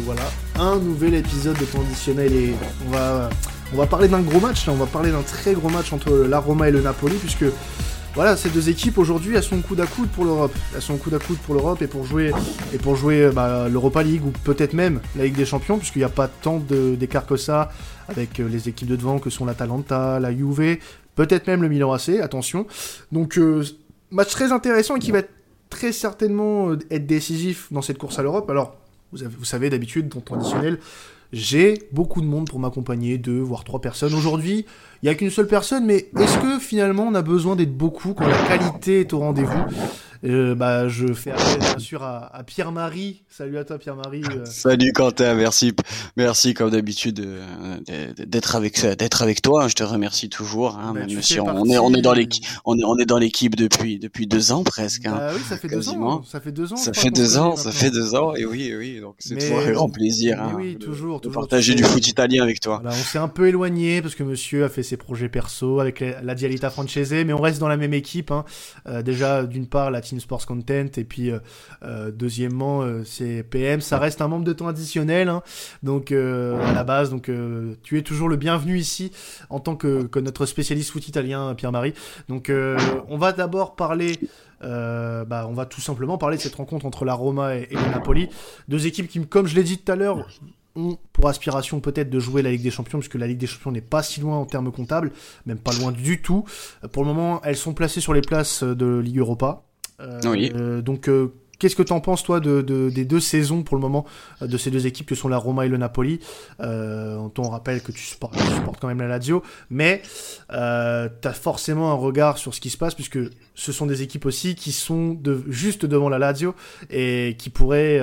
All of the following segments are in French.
voilà, un nouvel épisode de temps additionnel et on va parler d'un gros match, là, on va parler d'un très gros match entre la Roma et le Napoli, puisque voilà, ces deux équipes aujourd'hui, elles sont coude à coude pour l'Europe. Elles sont coude à coude pour l'Europe et pour jouer l'Europa League ou peut-être même la Ligue des Champions, puisqu'il n'y a pas tant d'écart que ça avec les équipes de devant que sont l'Atalanta, la Juve, peut-être même le Milan AC, attention. Donc match très intéressant et qui va très certainement être décisif dans cette course à l'Europe. Alors, vous savez, d'habitude, dans traditionnel, j'ai beaucoup de monde pour m'accompagner, 2 voire 3 personnes. Aujourd'hui, il n'y a qu'une seule personne, mais est-ce que finalement on a besoin d'être beaucoup quand la qualité est au rendez-vous ? Je fais appel bien sûr à Pierre-Marie. Salut à toi Pierre-Marie. Salut Quentin, merci comme d'habitude d'être avec toi. Je te remercie toujours, même si on est dans l'équipe depuis 2 ans presque. Oui, ça fait quasiment. 2 ans. Ça fait 2 ans. Ça fait 2 ans. Et oui, donc c'est toujours un grand plaisir. Oui, toujours de partager du foot italien avec toi. Voilà, on s'est un peu éloigné parce que monsieur a fait ses projets perso avec la Dialita Francese, mais on reste dans la même équipe. Déjà, d'une part, la Team Sports Content, et puis deuxièmement, c'est PM. Ça reste un membre de temps additionnel, donc à la base. Donc tu es toujours le bienvenu ici en tant que notre spécialiste foot italien, Pierre-Marie. Donc on va d'abord parler. On va tout simplement parler de cette rencontre entre la Roma et le Napoli. Deux équipes qui, comme je l'ai dit tout à l'heure, ont pour aspiration peut-être de jouer la Ligue des Champions, puisque la Ligue des Champions n'est pas si loin en termes comptables, même pas loin du tout. Pour le moment, elles sont placées sur les places de Ligue Europa. Oui. Donc, qu'est-ce que t'en penses, toi, des 2 saisons pour le moment de ces 2 équipes que sont la Roma et le Napoli? On rappelle que tu supportes quand même la Lazio, mais t'as forcément un regard sur ce qui se passe, puisque ce sont des équipes aussi qui sont juste devant la Lazio et qui pourraient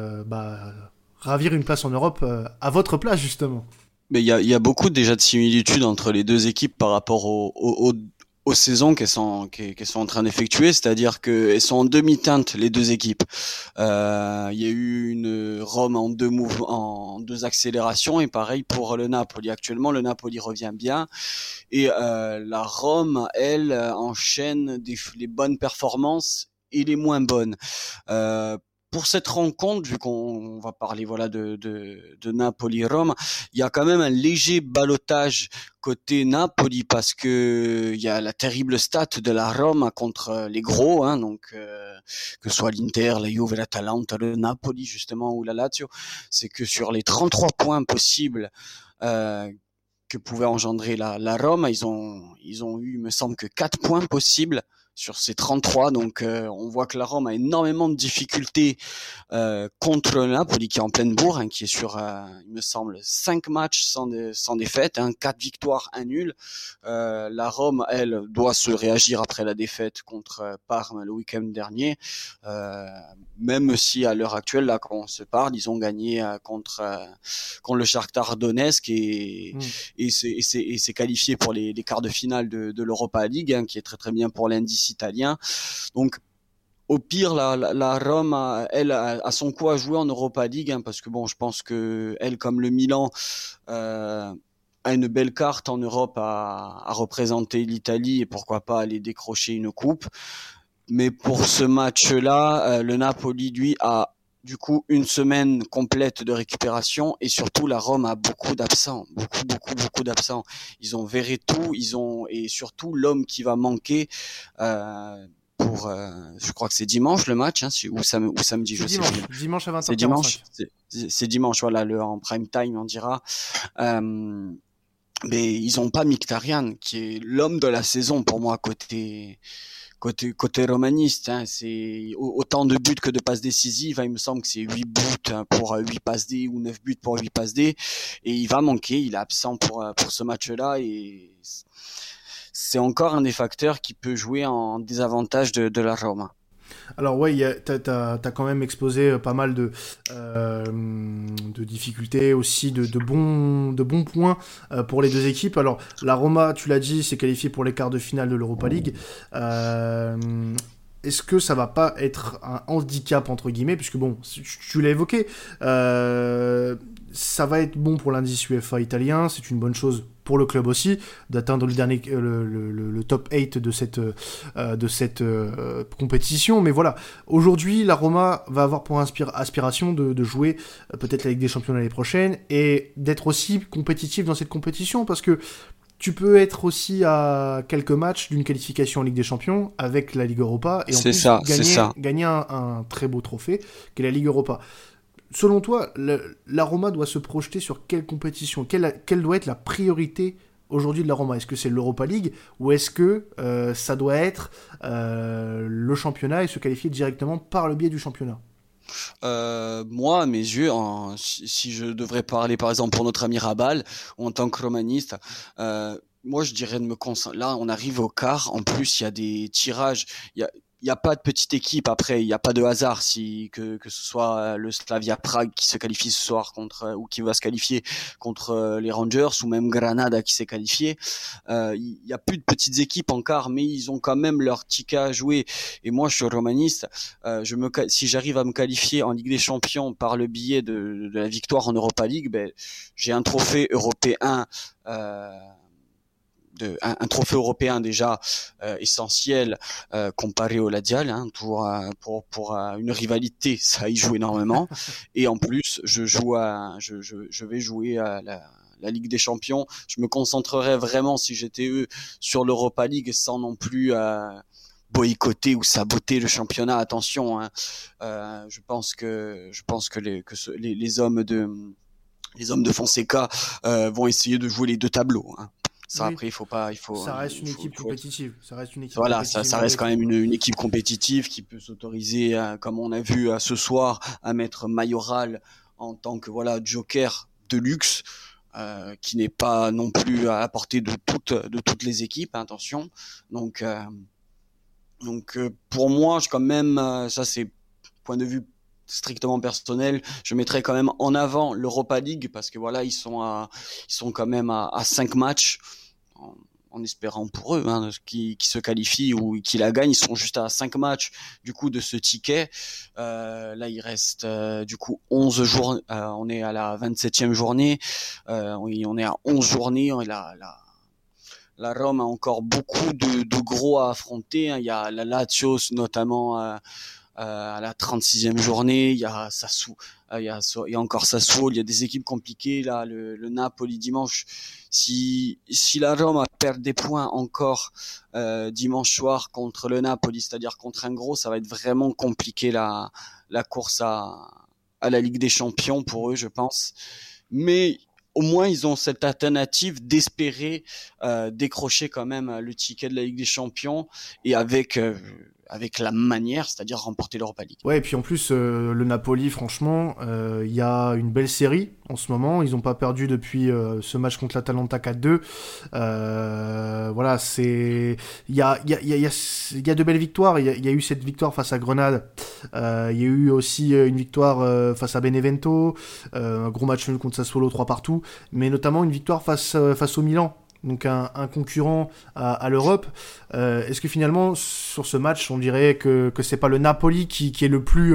ravir une place en Europe à votre place, justement. Mais il y a beaucoup déjà de similitudes entre les 2 équipes par rapport aux saisons qu'elles sont en train d'effectuer, c'est-à-dire qu'elles sont en demi-teinte les 2 équipes. Il y a eu une Rome en 2 accélérations, et pareil pour le Napoli. Actuellement, le Napoli revient bien et la Rome, elle, enchaîne les bonnes performances et les moins bonnes. Pour cette rencontre, vu qu'on va parler de Napoli-Rome, il y a quand même un léger ballottage côté Napoli, parce que il y a la terrible stat de la Rome contre les gros, que ce soit l'Inter, la Juve, l'Atalanta, le Napoli justement ou la Lazio, c'est que sur les 33 points possibles que pouvait engendrer la Rome, ils ont eu, il me semble, que 4 points possibles sur ces 33, donc on voit que la Rome a énormément de difficultés contre le Napoli, qui est en pleine bourre, qui est sur, il me semble, 5 matchs sans défaite, 4 victoires, 1 nul. La Rome, elle, doit se réagir après la défaite contre Parme le week-end dernier, même si à l'heure actuelle, là, quand on se parle, ils ont gagné contre le Shakhtar Donetsk et s'est qualifié pour les quarts de finale de l'Europa League, qui est très très bien pour l'indice italien. Donc au pire, la Rome a son coup à jouer en Europa League, parce que bon, je pense que elle, comme le Milan, a une belle carte en Europe à représenter l'Italie, et pourquoi pas aller décrocher une coupe. Mais pour ce match-là, le Napoli, lui, a du coup une semaine complète de récupération, et surtout la Rome a beaucoup d'absents, beaucoup d'absents. Ils ont Verretou, et surtout l'homme qui va manquer je crois que c'est dimanche le match, ou samedi, je sais plus. Dimanche à 20h45. C'est dimanche, c'est dimanche, voilà, en prime time on dira. Mais ils ont pas Mkhitaryan, qui est l'homme de la saison pour moi côté romaniste, c'est autant de buts que de passes décisives, il me semble que c'est 8 buts pour 8 passes D, ou 9 buts pour 8 passes D, et il va manquer, il est absent pour ce match-là, et c'est encore un des facteurs qui peut jouer en désavantage de la Rome. Alors ouais, t'as quand même exposé pas mal de difficultés, aussi de bons points pour les 2 équipes. Alors la Roma, tu l'as dit, s'est qualifiée pour les quarts de finale de l'Europa League. Est-ce que ça va pas être un handicap entre guillemets, puisque bon, tu l'as évoqué, ça va être bon pour l'indice UEFA italien, c'est une bonne chose pour le club aussi, d'atteindre le top 8 de cette compétition. Mais voilà, aujourd'hui, la Roma va avoir pour aspiration de jouer peut-être la Ligue des Champions l'année prochaine et d'être aussi compétitif dans cette compétition, parce que tu peux être aussi à quelques matchs d'une qualification en Ligue des Champions avec la Ligue Europa et en plus gagner un très beau trophée qu'est la Ligue Europa. Selon toi, la Roma doit se projeter sur quelle compétition ? Quelle doit être la priorité aujourd'hui de la Roma ? Est-ce que c'est l'Europa League ou est-ce que ça doit être le championnat et se qualifier directement par le biais du championnat ? Moi, à mes yeux, si je devrais parler par exemple pour notre ami Rabal, ou en tant que romaniste, moi je dirais de me concentrer. Là, on arrive au quart. En plus, il y a des tirages. Il y a pas de petite équipe après, il y a pas de hasard que ce soit le Slavia Prague qui se qualifie ce soir ou qui va se qualifier contre les Rangers ou même Granada qui s'est qualifié. Il y a plus de petites équipes en quart, mais ils ont quand même leur ticket à jouer. Et moi, je suis romaniste. Si j'arrive à me qualifier en Ligue des Champions par le biais de la victoire en Europa League, j'ai un trophée européen. Un trophée européen déjà essentiel comparé au Ladial, hein, pour une rivalité, ça y joue énormément. Et en plus, je vais jouer à la Ligue des Champions. Je me concentrerai vraiment, si j'étais eux, sur l'Europa League sans non plus boycotter ou saboter le championnat. Attention, hein. Je pense que les hommes de Fonseca vont essayer de jouer les deux tableaux, hein. Ça, oui. Après, ça reste une équipe compétitive. Ça reste une équipe voilà, compétitive. Ça reste quand même une équipe compétitive qui peut s'autoriser, comme on a vu ce soir, à mettre Mayoral en tant que joker de luxe, qui n'est pas non plus à la portée de toutes les équipes. Hein, attention. Donc, pour moi, quand même, ça c'est point de vue strictement personnel, je mettrais quand même en avant l'Europa League parce que ils sont quand même à 5 matchs. En espérant pour eux qui se qualifient ou qui la gagnent, ils sont juste à 5 matchs du coup de ce ticket. Là il reste du coup 11 jours, on est à la 27e journée, on est à 11 journées, la Rome a encore beaucoup de gros à affronter, hein. Il y a la Lazio notamment à la 36e journée, il y a il y a encore Sassuolo, il y a des équipes compliquées là, le Napoli dimanche. Si la Rome perd des points encore dimanche soir contre le Napoli, c'est-à-dire contre un gros, ça va être vraiment compliqué la course à la Ligue des Champions pour eux, je pense. Mais au moins ils ont cette alternative d'espérer décrocher quand même le ticket de la Ligue des Champions et avec la manière, c'est-à-dire remporter l'Europa League. Ouais, et puis en plus, le Napoli, franchement, il y a une belle série en ce moment. Ils n'ont pas perdu depuis ce match contre l'Atalanta 4-2. Voilà, c'est... Il y a de belles victoires. Il y a eu cette victoire face à Grenade. Il y a eu aussi une victoire face à Benevento. Un gros match nul contre Sassuolo 3-3. Mais notamment une victoire face au Milan. Donc un concurrent à l'Europe. Est-ce que finalement sur ce match on dirait que c'est pas le Napoli qui est le plus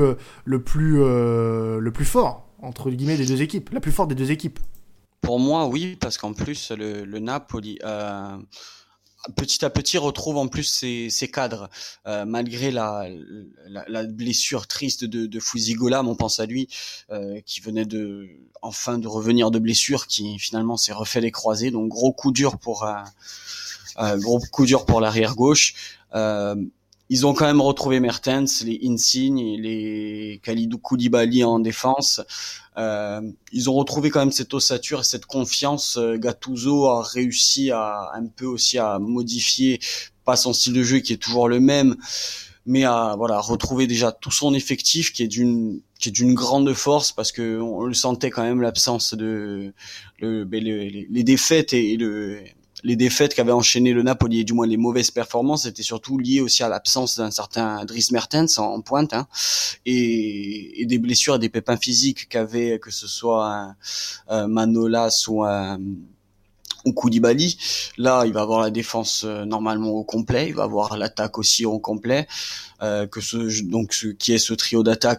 fort entre guillemets des deux équipes, la plus forte des deux équipes? Pour moi oui, parce qu'en plus le Napoli petit à petit retrouve en plus ses cadres, malgré la blessure triste de Fuzigola, on pense à lui, qui venait enfin de revenir de blessure, qui finalement s'est refait les croisés, donc gros coup dur pour l'arrière gauche. Ils ont quand même retrouvé Mertens, les Insigne, les Kalidou Koulibaly en défense. Ils ont retrouvé quand même cette ossature et cette confiance. Gattuso a réussi un peu aussi à modifier, pas son style de jeu qui est toujours le même, mais à retrouver déjà tout son effectif qui est d'une grande force, parce que on le sentait quand même l'absence de les défaites les défaites qu'avait enchaîné le Napoli, et du moins les mauvaises performances, étaient surtout liées aussi à l'absence d'un certain Dries Mertens en pointe, hein, et des blessures et des pépins physiques qu'avait, que ce soit Manolas ou ou Koulibaly. Là, il va avoir la défense normalement au complet, il va avoir l'attaque aussi au complet. Qui est ce trio d'attaque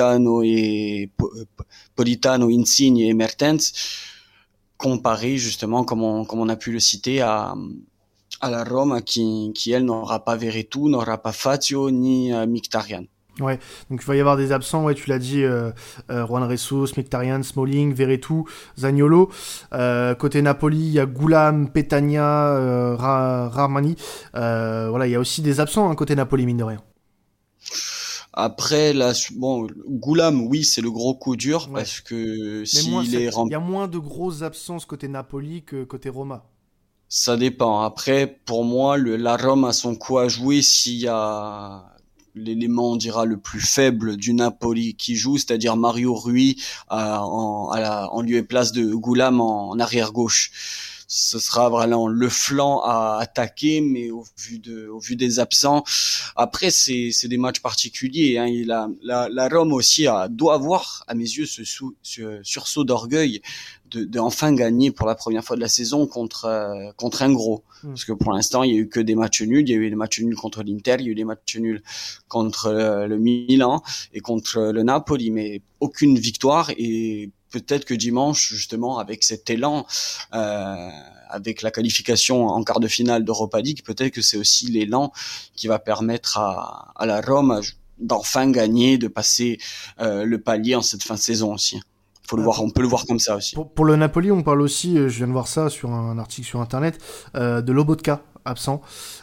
Politano, Insigne et Mertens, comparé justement comme on a pu le citer à la Roma qui elle n'aura pas Veretout, n'aura pas Fazio ni Mkhitaryan. Ouais, donc il va y avoir des absents, ouais, tu l'as dit, Juan Jesus, Mkhitaryan, Smalling, Veretout, Zaniolo. Côté Napoli, il y a Goulam, Petagna, Rahmani. Voilà, il y a aussi des absents hein, côté Napoli, mine de rien. Après, Goulam, oui, c'est le gros coup dur, Ouais. parce que Il y a moins de grosses absences côté Napoli que côté Roma. Ça dépend. Après, pour moi, la Rome a son coup à jouer s'il y a l'élément, on dira, le plus faible du Napoli qui joue, c'est-à-dire Mario Rui en lieu et place de Goulam en arrière gauche. Ce sera vraiment le flanc à attaquer, mais au vu des absents. Après, c'est des matchs particuliers. Hein. La Rome aussi doit avoir, à mes yeux, ce sursaut d'orgueil de enfin gagner pour la première fois de la saison contre un gros. Parce que pour l'instant, il y a eu que des matchs nuls. Il y a eu des matchs nuls contre l'Inter, il y a eu des matchs nuls contre le Milan et contre le Napoli, mais aucune victoire. Et peut-être que dimanche, justement, avec cet élan, avec la qualification en quart de finale d'Europa League, peut-être que c'est aussi l'élan qui va permettre à la Rome d'enfin gagner, de passer le palier en cette fin de saison aussi. On peut le voir comme ça aussi. Pour le Napoli, on parle aussi, je viens de voir ça sur un article sur internet, de Lobotka absent.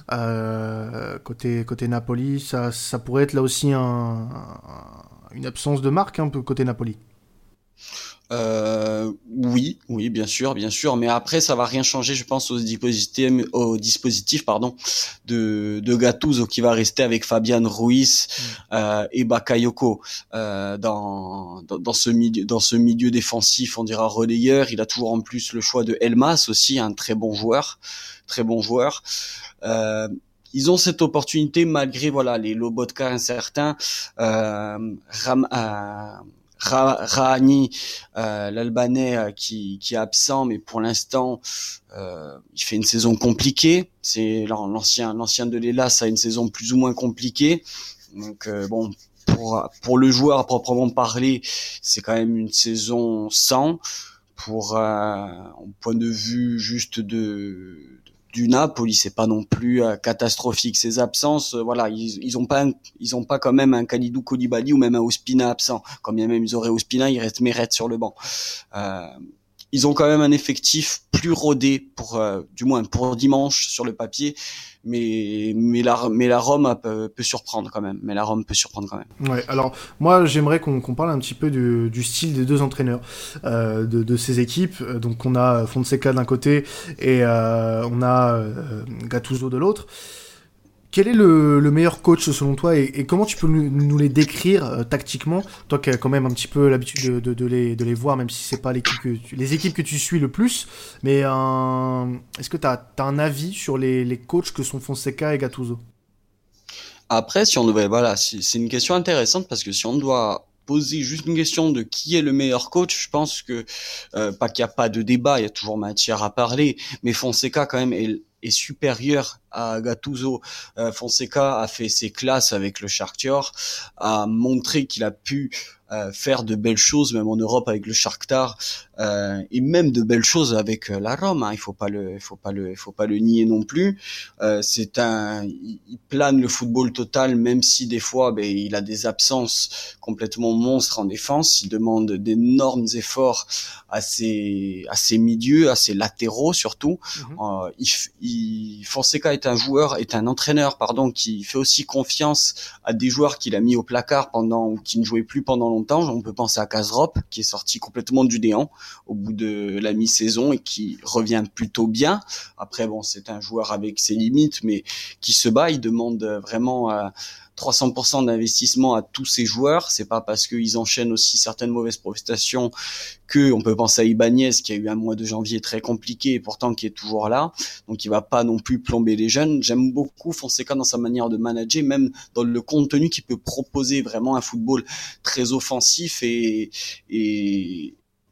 Côté Napoli, ça pourrait être là aussi une absence de marque un peu côté Napoli. Oui, bien sûr, mais après ça va rien changer, je pense au dispositif de Gattuso qui va rester avec Fabian Ruiz et Bakayoko dans ce milieu défensif, on dira relayeur. Il a toujours en plus le choix de Elmas aussi, un très bon joueur. Ils ont cette opportunité malgré les Lobotka incertains. Rani, l'Albanais qui est absent, mais pour l'instant il fait une saison compliquée. C'est l'ancien de l'Hellas a une saison plus ou moins compliquée. Donc pour le joueur à proprement parler, c'est quand même une saison sans. Pour au point de vue juste du Napoli, c'est pas non plus catastrophique ces absences. Ils ont pas quand même un Kalidou Koulibaly ou même un Ospina absent. Quand bien même ils auraient Ospina, il reste Meret sur le banc. Ils ont quand même un effectif plus rodé du moins pour dimanche sur le papier, mais la Rome peut surprendre quand même. Ouais, alors moi j'aimerais qu'on parle un petit peu du style des deux entraîneurs de ces équipes. Donc on a Fonseca d'un côté et on a Gattuso de l'autre. Quel est le meilleur coach selon toi et comment tu peux nous les décrire tactiquement, toi qui as quand même un petit peu l'habitude de les voir, même si c'est pas les équipes que tu suis le plus, mais est-ce que t'as un avis sur les coachs que sont Fonseca et Gattuso? Après, c'est une question intéressante parce que si on doit poser juste une question de qui est le meilleur coach, je pense que pas qu'il n'y a pas de débat, il y a toujours matière à parler, mais Fonseca quand même est supérieur à Gattuso. Fonseca a fait ses classes avec le Shakhtar, a montré qu'il a pu faire de belles choses même en Europe avec le Shakhtar et même de belles choses avec la Rome, hein. Il faut pas le nier non plus. Il plane le football total, même si des fois il a des absences complètement monstres en défense. Il demande d'énormes efforts à ses milieux, à ses latéraux surtout. Fonseca est un entraîneur qui fait aussi confiance à des joueurs qu'il a mis au placard qui ne jouaient plus pendant longtemps. On peut penser à Karsdorp qui est sorti complètement du néant au bout de la mi-saison et qui revient plutôt bien. Après c'est un joueur avec ses limites mais qui se bat. Il demande vraiment 300% d'investissement à tous ces joueurs. C'est pas parce qu'ils enchaînent aussi certaines mauvaises prestations que on peut penser à Ibanez qui a eu un mois de janvier très compliqué et pourtant qui est toujours là. Donc il va pas non plus plomber les jeunes. J'aime beaucoup Fonseca dans sa manière de manager, même dans le contenu qu'il peut proposer, vraiment un football très offensif et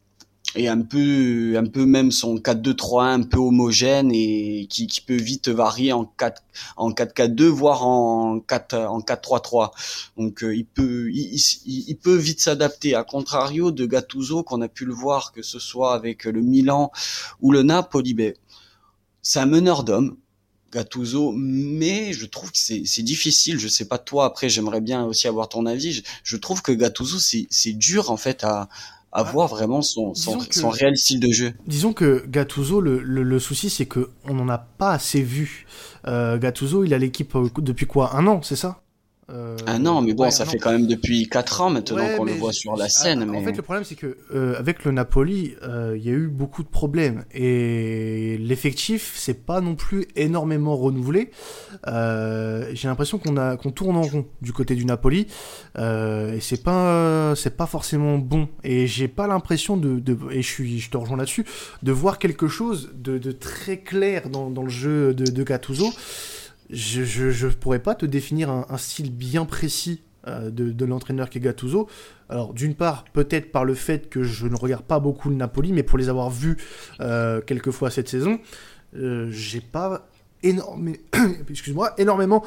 et un peu même son 4-2-3-1 un peu homogène et qui peut vite varier en 4-4-2 voire en 4-3-3. Donc il peut vite s'adapter, à contrario de Gattuso qu'on a pu le voir, que ce soit avec le Milan ou le Napoli. C'est un meneur d'hommes, Gattuso, mais je trouve que c'est difficile. Je sais pas toi, après j'aimerais bien aussi avoir ton avis. Je trouve que Gattuso c'est dur en fait à Bah, voir vraiment son réel style de jeu. disons que Gattuso, le souci, c'est que on n'en a pas assez vu. Gattuso, il a l'équipe depuis quoi? Un an, c'est ça? Ah non, mais bon, Ouais, ça un an. fait quand même depuis 4 ans maintenant Ouais, qu'on le mais voit sur la scène, en fait, mais le problème, c'est que avec le Napoli, il y a eu beaucoup de problèmes et l'effectif, c'est pas non plus énormément renouvelé. J'ai l'impression qu'on tourne en rond du côté du Napoli et c'est pas forcément bon. Et j'ai pas l'impression et je te rejoins là-dessus, de voir quelque chose de très clair dans le jeu de Gattuso. Je pourrais pas te définir un style bien précis de l'entraîneur qui est Gattuso. Alors, d'une part, peut-être par le fait que je ne regarde pas beaucoup le Napoli, mais pour les avoir vus quelques fois cette saison, j'ai pas énormément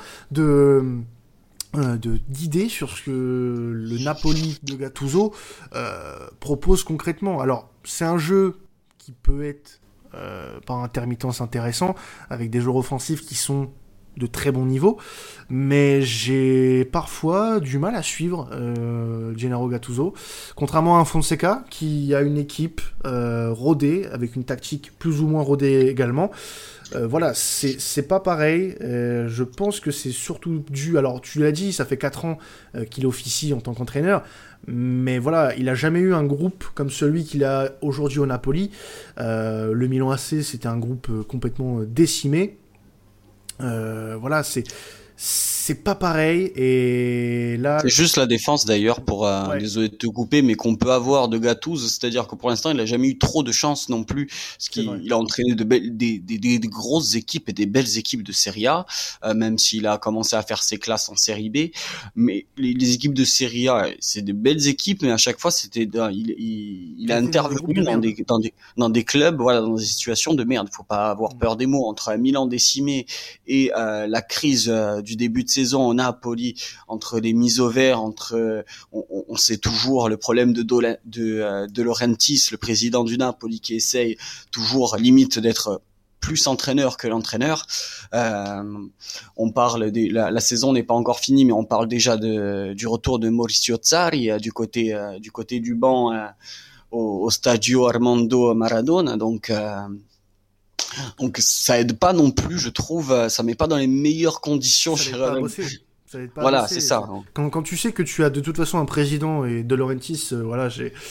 d'idées sur ce que le Napoli de Gattuso propose concrètement. Alors, c'est un jeu qui peut être par intermittence intéressant, avec des joueurs offensifs qui sont de très bon niveau, mais j'ai parfois du mal à suivre Gennaro Gattuso, contrairement à un Fonseca qui a une équipe rodée, avec une tactique plus ou moins rodée également. Voilà, c'est pas pareil. Je pense que c'est surtout dû. Alors, tu l'as dit, ça fait 4 ans qu'il officie en tant qu'entraîneur, mais voilà, il a jamais eu un groupe comme celui qu'il a aujourd'hui au Napoli. Le Milan AC, c'était un groupe complètement décimé. Voilà, c'est pas pareil. Et là, c'est juste la défense d'ailleurs pour ouais, désolé de te couper, mais qu'on peut avoir de Gattuso, c'est-à-dire que pour l'instant il a jamais eu trop de chance non plus, parce c'est vrai. qu'il a entraîné des grosses équipes et des belles équipes de Serie A, même s'il a commencé à faire ses classes en Série B, mais les équipes de Serie A c'est des belles équipes, mais à chaque fois il a C'était dans des groupes intervenu de merde. dans des clubs, voilà, dans des situations de merde. Faut pas avoir Mm. peur des mots. Entre un Milan décimé et la crise du début de saison au Napoli, entre les mises au vert, on sait toujours le problème de Laurentiis, le président du Napoli, qui essaye toujours limite d'être plus entraîneur que l'entraîneur. Euh, on parle la saison n'est pas encore finie, mais on parle déjà du retour de Maurizio Sarri du côté du banc au Stadio Armando Maradona. Donc ça aide pas non plus, je trouve. Ça met pas dans les meilleures conditions. Ça l'aide pas à bosser. Ça l'aide pas à Voilà, c'est bosser. ça. Quand tu sais que tu as de toute façon un président et De Laurentiis, voilà,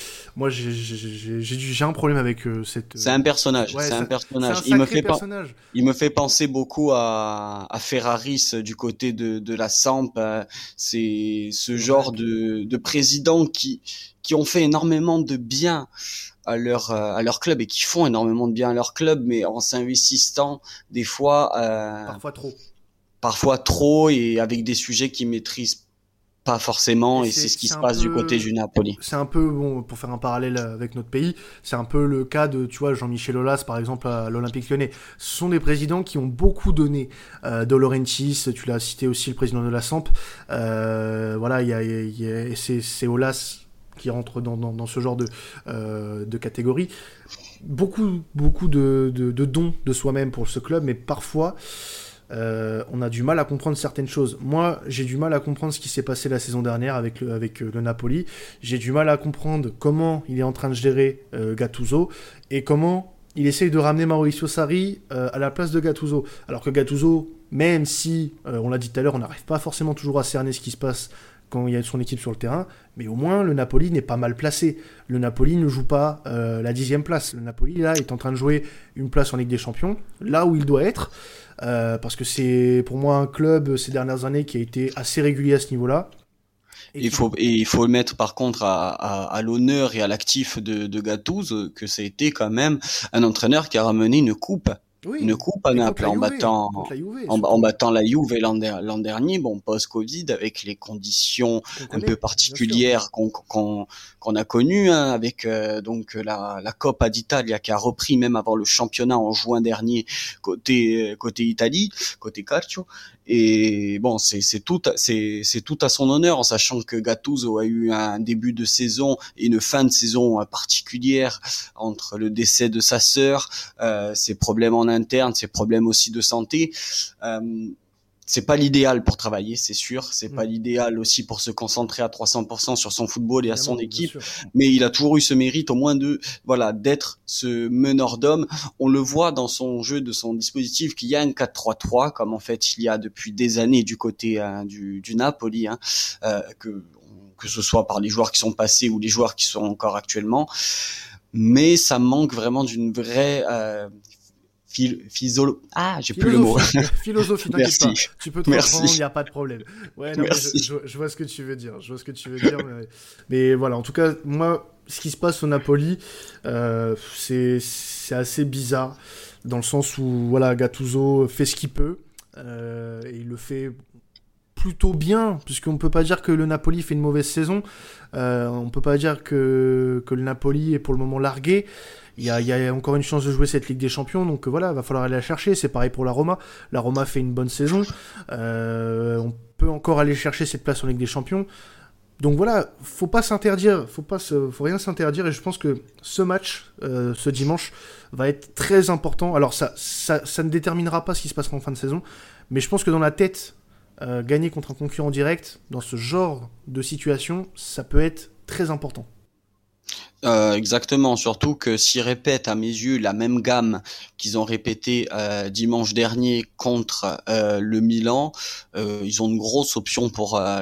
j'ai un problème avec cette. C'est un personnage. Ouais, C'est un c'est un personnage. sacré personnage. Il me fait penser beaucoup à Ferraris du côté de la Samp. C'est ce Ouais. genre de présidents qui ont fait énormément de bien à leur club et qui font énormément de bien à leur club, mais en s'investissant des fois, Parfois trop. parfois trop et avec des sujets qu'ils maîtrisent pas Et forcément. Et c'est ce qui se passe du côté du Napoli. c'est un peu, bon, pour faire un parallèle avec notre pays, c'est un peu le cas de, tu vois, Jean-Michel Aulas, par exemple, à l'Olympique Lyonnais. Ce sont des présidents qui ont beaucoup donné. De Laurentiis, tu l'as cité aussi, le président de la Samp. Voilà, c'est Aulas qui rentre dans ce genre de catégorie. Beaucoup de dons de soi-même pour ce club, mais parfois on a du mal à comprendre certaines choses. Moi, j'ai du mal à comprendre ce qui s'est passé la saison dernière avec le Napoli. J'ai du mal à comprendre comment il est en train de gérer Gattuso et comment il essaye de ramener Mauricio Sarri à la place de Gattuso. Alors que Gattuso, même si, on l'a dit tout à l'heure, on n'arrive pas forcément toujours à cerner ce qui se passe quand il y a son équipe sur le terrain, mais au moins le Napoli n'est pas mal placé. Le Napoli ne joue pas la 10e place. Le Napoli, là, est en train de jouer une place en Ligue des Champions, là où il doit être, parce que c'est pour moi un club ces dernières années qui a été assez régulier à ce niveau-là. Et il faut le mettre par contre à l'honneur et à l'actif de Gattuso, que ça a été quand même un entraîneur qui a ramené une coupe une Oui, coupe à et contre Naples la en Juve, battant contre la Juve en surtout, battant la Juve l'an dernier, bon, post-Covid, avec les conditions qu'on un peu connaît, bien sûr. particulières qu'on a connues, hein, avec donc la Coppa d'Italia qui a repris même avant le championnat en juin dernier côté Italie, côté calcio. Et bon, c'est tout à son honneur, en sachant que Gattuso a eu un début de saison et une fin de saison particulière entre le décès de sa sœur, ses problèmes en interne, ses problèmes aussi de santé. Euh, c'est pas l'idéal pour travailler, c'est sûr. C'est pas Mm. l'idéal aussi pour se concentrer à 300% sur son football et à son Évidemment, bien équipe. sûr. Mais il a toujours eu ce mérite, au moins voilà, d'être ce meneur d'hommes. On le voit dans son jeu, de son dispositif, qu'il y a un 4-3-3, comme en fait il y a depuis des années du côté du Napoli, hein, que ce soit par les joueurs qui sont passés ou les joueurs qui sont encore actuellement. Mais ça manque vraiment d'une vraie j'ai plus le mot. Philosophie, t'inquiète Merci, pas. Tu peux te reprendre, il merci, n'y a pas de problème. Ouais, non, mais merci. je vois ce que tu veux dire. Je vois ce que tu veux dire. Mais voilà, en tout cas, moi, ce qui se passe au Napoli, c'est assez bizarre. Dans le sens où, voilà, Gattuso fait ce qu'il peut. Et il le fait plutôt bien, puisqu'on ne peut pas dire que le Napoli fait une mauvaise saison. On ne peut pas dire que le Napoli est pour le moment largué. Il y a encore une chance de jouer cette Ligue des Champions, donc voilà, va falloir aller la chercher. C'est pareil pour la Roma. La Roma fait une bonne saison. On peut encore aller chercher cette place en Ligue des Champions. Donc voilà, faut pas s'interdire, faut rien s'interdire. Et je pense que ce match, ce dimanche, va être très important. Alors ça ne déterminera pas ce qui se passera en fin de saison, mais je pense que dans la tête, gagner contre un concurrent direct dans ce genre de situation, ça peut être très important. Exactement, surtout que s'ils répètent à mes yeux la même gamme qu'ils ont répété dimanche dernier contre le Milan, ils ont une grosse option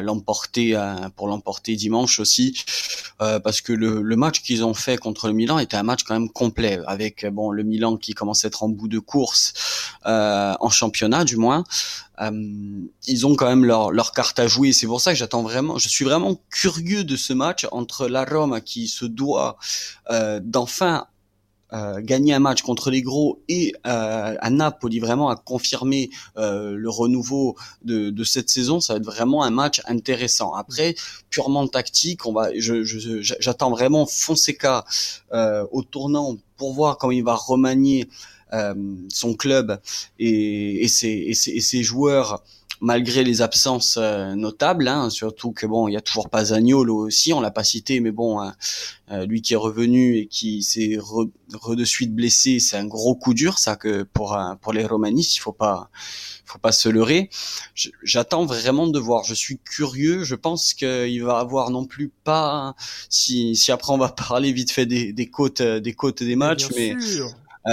pour l'emporter dimanche aussi, parce que le match qu'ils ont fait contre le Milan était un match quand même complet, avec bon le Milan qui commence à être en bout de course en championnat du moins. Ils ont quand même leur carte à jouer. C'est pour ça que je suis vraiment curieux de ce match entre la Roma qui se doit d'enfin gagner un match contre les gros et à Napoli vraiment à confirmer le renouveau de cette saison. Ça va être vraiment un match intéressant. Après, purement tactique, j'attends vraiment Fonseca au tournant pour voir comment il va remanier son club et ses joueurs malgré les absences notables, hein, surtout que bon, il y a toujours pas Zaniolo aussi, on l'a pas cité, mais bon, lui qui est revenu et qui s'est de suite blessé, c'est un gros coup dur, ça, que pour les romanistes, il faut pas se leurrer. J'attends vraiment de voir. Je suis curieux. Je pense qu'il va avoir non plus pas, si après on va parler vite fait des côtes des Mais matchs, bien sûr.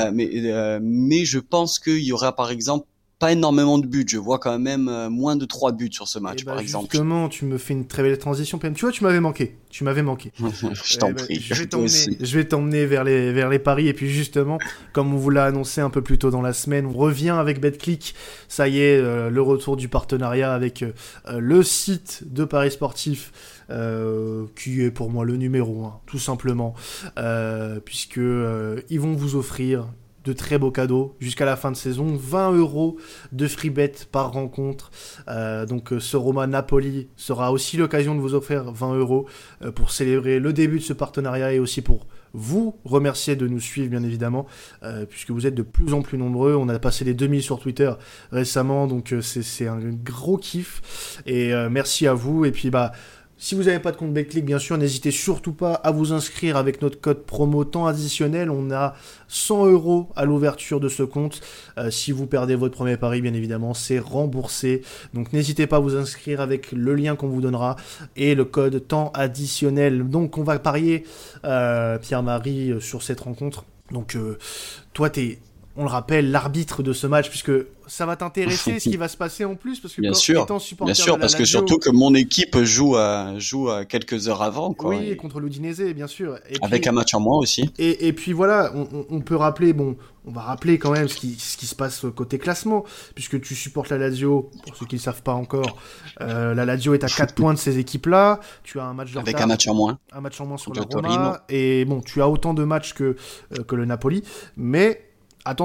mais je pense qu'il y aura par exemple pas énormément de buts. Je vois quand même moins de 3 buts sur ce Et match, bah par exemple. justement, tu me fais une très belle transition, PM. Tu vois, tu m'avais manqué. Tu m'avais manqué. Je Eh t'en ben, prie, je vais toi t'emmener, aussi. je vais t'emmener vers les paris. Et puis justement, comme on vous l'a annoncé un peu plus tôt dans la semaine, on revient avec BetClick. Ça y est, le retour du partenariat avec le site de paris sportifs, qui est pour moi le numéro 1, tout simplement, puisque ils vont vous offrir de très beaux cadeaux jusqu'à la fin de saison, 20 € de free bet par rencontre. Donc ce Roma Napoli sera aussi l'occasion de vous offrir 20 € pour célébrer le début de ce partenariat et aussi pour vous remercier de nous suivre, bien évidemment, puisque vous êtes de plus en plus nombreux. On a passé les 2000 sur Twitter récemment, donc c'est un gros kiff. Et merci à vous. Et puis si vous n'avez pas de compte BetClick, bien sûr, n'hésitez surtout pas à vous inscrire avec notre code promo temps additionnel. On a 100 € à l'ouverture de ce compte. Si vous perdez votre premier pari, bien évidemment, c'est remboursé. Donc n'hésitez pas à vous inscrire avec le lien qu'on vous donnera et le code temps additionnel. Donc on va parier, Pierre-Marie, sur cette rencontre. Donc toi, on le rappelle, l'arbitre de ce match, puisque ça va t'intéresser ce qui va se passer en plus, parce que étant supporter de la Parce que Lazio, surtout que mon équipe joue quelques heures avant, quoi, oui, contre l'Udinese, bien sûr. Et avec puis, un match en moins aussi. et puis voilà, on peut rappeler, on va rappeler quand même ce qui se passe côté classement, puisque tu supportes la Lazio, pour ceux qui ne le savent pas encore, la Lazio est à 4 points de ces équipes-là, tu as un match de Avec retard, un match en moins. un match en moins sur la Torino. Roma, et bon, tu as autant de matchs que le Napoli, mais attention,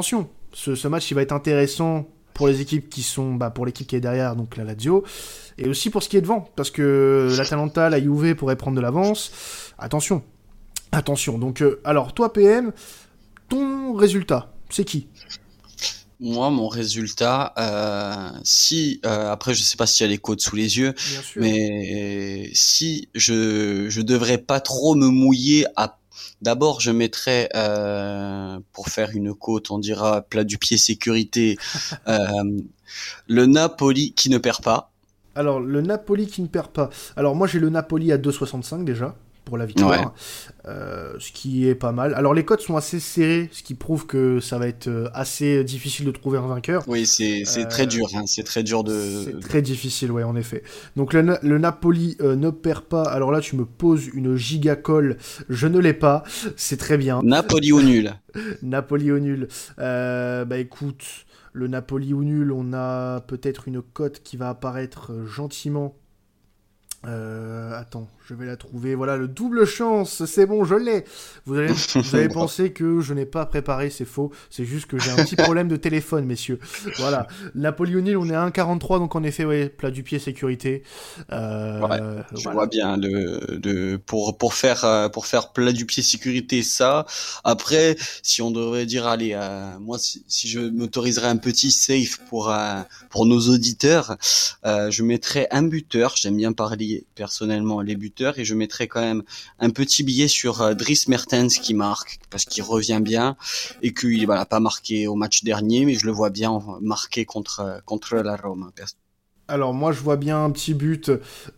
Ce match, il va être intéressant pour les équipes qui sont, pour l'équipe qui est derrière, donc la Lazio, et aussi pour ce qui est devant, parce que l'Atalanta, la Juve pourraient prendre de l'avance. Attention. Donc, alors, toi, PM, ton résultat, c'est qui? Moi, mon résultat, après, je sais pas s'il y a les codes sous les yeux, Bien sûr. mais si je devrais pas trop me mouiller d'abord, je mettrais, pour faire une cote, on dira plat du pied sécurité, le Napoli qui ne perd pas. Alors, le Napoli qui ne perd pas. Alors, moi, j'ai le Napoli à 2,65 déjà, pour la victoire. Ouais. Ce qui est pas mal. Alors, les cotes sont assez serrées, ce qui prouve que ça va être assez difficile de trouver un vainqueur. Oui, c'est très dur, hein. C'est très dur C'est très difficile, ouais, en effet. Donc, le Napoli ne perd pas. Alors là, tu me poses une giga colle. Je ne l'ai pas. C'est très bien. Napoli au nul. Napoli au nul. Écoute, le Napoli au nul, on a peut-être une cote qui va apparaître gentiment. Attends, je vais la trouver. Voilà, le double chance, c'est bon, je l'ai. Vous allez penser que je n'ai pas préparé, c'est faux. C'est juste que j'ai un petit problème de téléphone, messieurs. Voilà, Napoli au nil, on est à 1,43, donc en effet, ouais, plat du pied, sécurité. Je vois bien pour faire plat du pied sécurité ça. Après, si on devrait dire allez, moi si je m'autoriserais un petit safe pour nos auditeurs, je mettrais un buteur. J'aime bien parler personnellement les buteurs et je mettrais quand même un petit billet sur Dries Mertens qui marque parce qu'il revient bien et qu'il pas marqué au match dernier, mais je le vois bien marquer contre la Rome. Alors moi je vois bien un petit but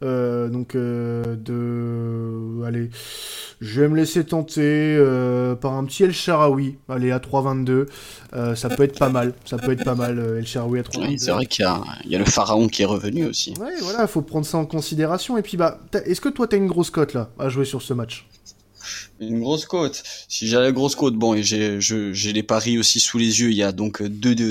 allez, je vais me laisser tenter par un petit El Shaarawy, allez à 3,22, ça peut être pas mal, El Shaarawy à 3,22. Oui, c'est vrai qu'il y a le pharaon qui est revenu aussi. Ouais, voilà, faut prendre ça en considération et puis est-ce que toi t'as une grosse cote là à jouer sur ce match? Une grosse côte. Si j'ai la grosse côte, bon, et j'ai les paris aussi sous les yeux. Il y a donc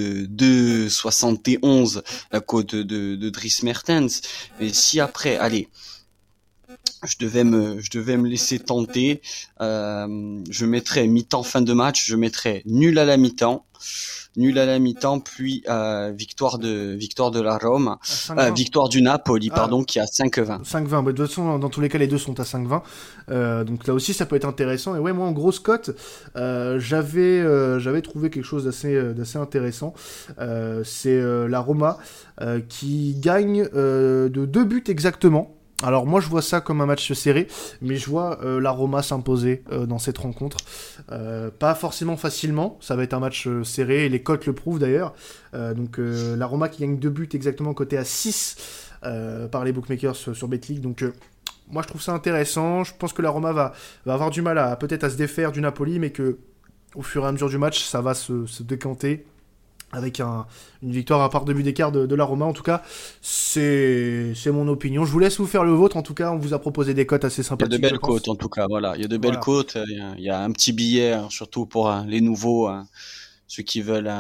2,71 la côte de Dries Mertens. Mais si après, allez, je devais me laisser tenter, je mettrais mi-temps fin de match, je mettrais nul à la mi-temps, puis victoire de la Rome, victoire du Napoli, qui est à 5,20. 5,20. De toute façon, dans tous les cas, les deux sont à 5,20. Donc là aussi, ça peut être intéressant. Et ouais, moi, en grosse cote, j'avais trouvé quelque chose d'assez intéressant. C'est la Roma qui gagne de 2 buts exactement. Alors moi je vois ça comme un match serré, mais je vois la Roma s'imposer dans cette rencontre. Pas forcément facilement, ça va être un match serré, et les cotes le prouvent d'ailleurs. Donc la Roma qui gagne 2 buts exactement côté à 6 par les bookmakers sur Betclic. Donc moi je trouve ça intéressant, je pense que la Roma va avoir du mal peut-être à se défaire du Napoli, mais que au fur et à mesure du match ça va se décanter. Avec une victoire à part 2 buts d'écart de la Roma, en tout cas, c'est mon opinion. Je vous laisse vous faire le vôtre, en tout cas, on vous a proposé des cotes assez sympathiques. Il y a de belles cotes, en tout cas, voilà. Il y a de belles cotes, il y a un petit billet, surtout pour les nouveaux, ceux qui veulent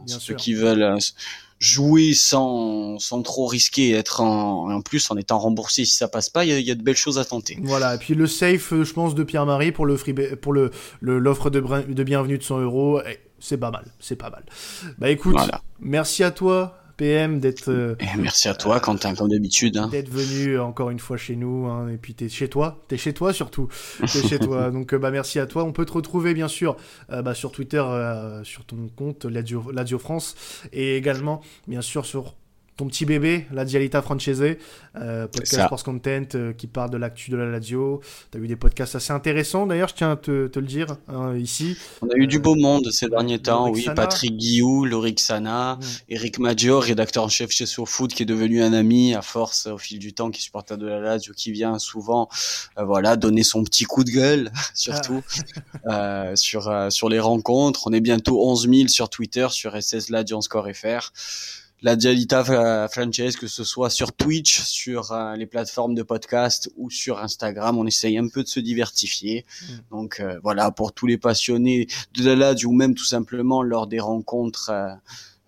jouer sans trop risquer, être en plus en étant remboursé si ça passe pas, il y a de belles choses à tenter. Voilà, et puis le safe, je pense, de Pierre-Marie pour l'offre de bienvenue de 100€. C'est pas mal. Bah écoute, voilà. Merci à toi, PM, d'être... merci à toi, Quentin, comme d'habitude. Hein. D'être venu encore une fois chez nous, hein, et puis t'es chez toi surtout. T'es chez toi, donc merci à toi. On peut te retrouver, bien sûr, sur Twitter, sur ton compte, Lazio France, et également, bien sûr, sur ton petit bébé, la Dialita Francese, podcast Sports Content qui parle de l'actu de la Lazio. T'as eu des podcasts assez intéressants, d'ailleurs, je tiens à te le dire, ici. On a eu du beau monde ces derniers temps, oui. Patrick Guillou, Lorik Sana, Eric Maggior, rédacteur en chef chez SoFoot, qui est devenu un ami à force au fil du temps, qui est supporter de la Lazio, qui vient souvent, donner son petit coup de gueule, surtout, sur les rencontres. On est bientôt 11 000 sur Twitter, sur SS Lazio Score FR. La Dialita Franchise, que ce soit sur Twitch, sur les plateformes de podcast ou sur Instagram, on essaye un peu de se diversifier. Donc voilà, pour tous les passionnés de la Lazio ou même tout simplement lors des rencontres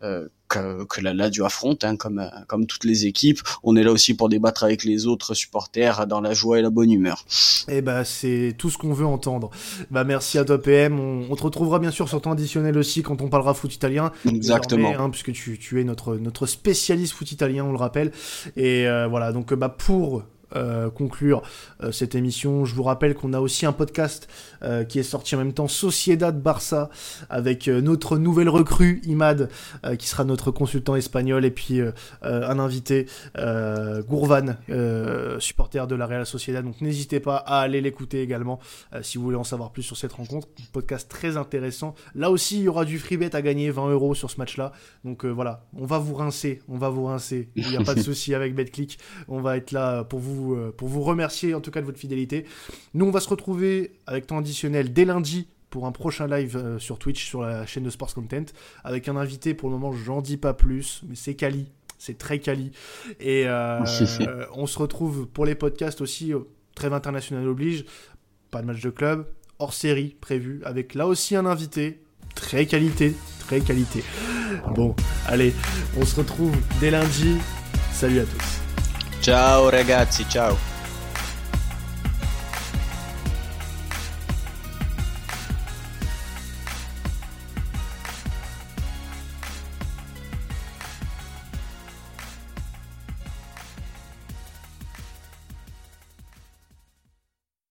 que la Lazio affronte, hein, comme toutes les équipes. On est là aussi pour débattre avec les autres supporters dans la joie et la bonne humeur. Et c'est tout ce qu'on veut entendre. Merci à toi PM, on te retrouvera bien sûr sur ton additionnel aussi quand on parlera foot italien. Exactement. Hein, puisque tu es notre spécialiste foot italien, on le rappelle. Et voilà, donc pour conclure cette émission, je vous rappelle qu'on a aussi un podcast qui est sorti en même temps, Sociedad Barça, avec notre nouvelle recrue Imad, qui sera notre consultant espagnol, et puis un invité, Gourvan, supporter de la Real Sociedad. Donc n'hésitez pas à aller l'écouter également si vous voulez en savoir plus sur cette rencontre. Un podcast très intéressant. Là aussi il y aura du free bet à gagner, 20€ sur ce match là. Donc voilà, on va vous rincer, il n'y a pas de souci avec BetClick, on va être là pour vous remercier en tout cas de votre fidélité. Nous on va se retrouver avec temps additionnel dès lundi pour un prochain live sur Twitch, sur la chaîne de Sports Content, avec un invité. Pour le moment j'en dis pas plus, mais c'est quali, c'est très quali. Et on se retrouve pour les podcasts aussi, trêve internationale oblige, pas de match de club, hors série prévu, avec là aussi un invité, très qualité. Bon, allez, on se retrouve dès lundi. Salut à tous. Ciao ragazzi, ciao.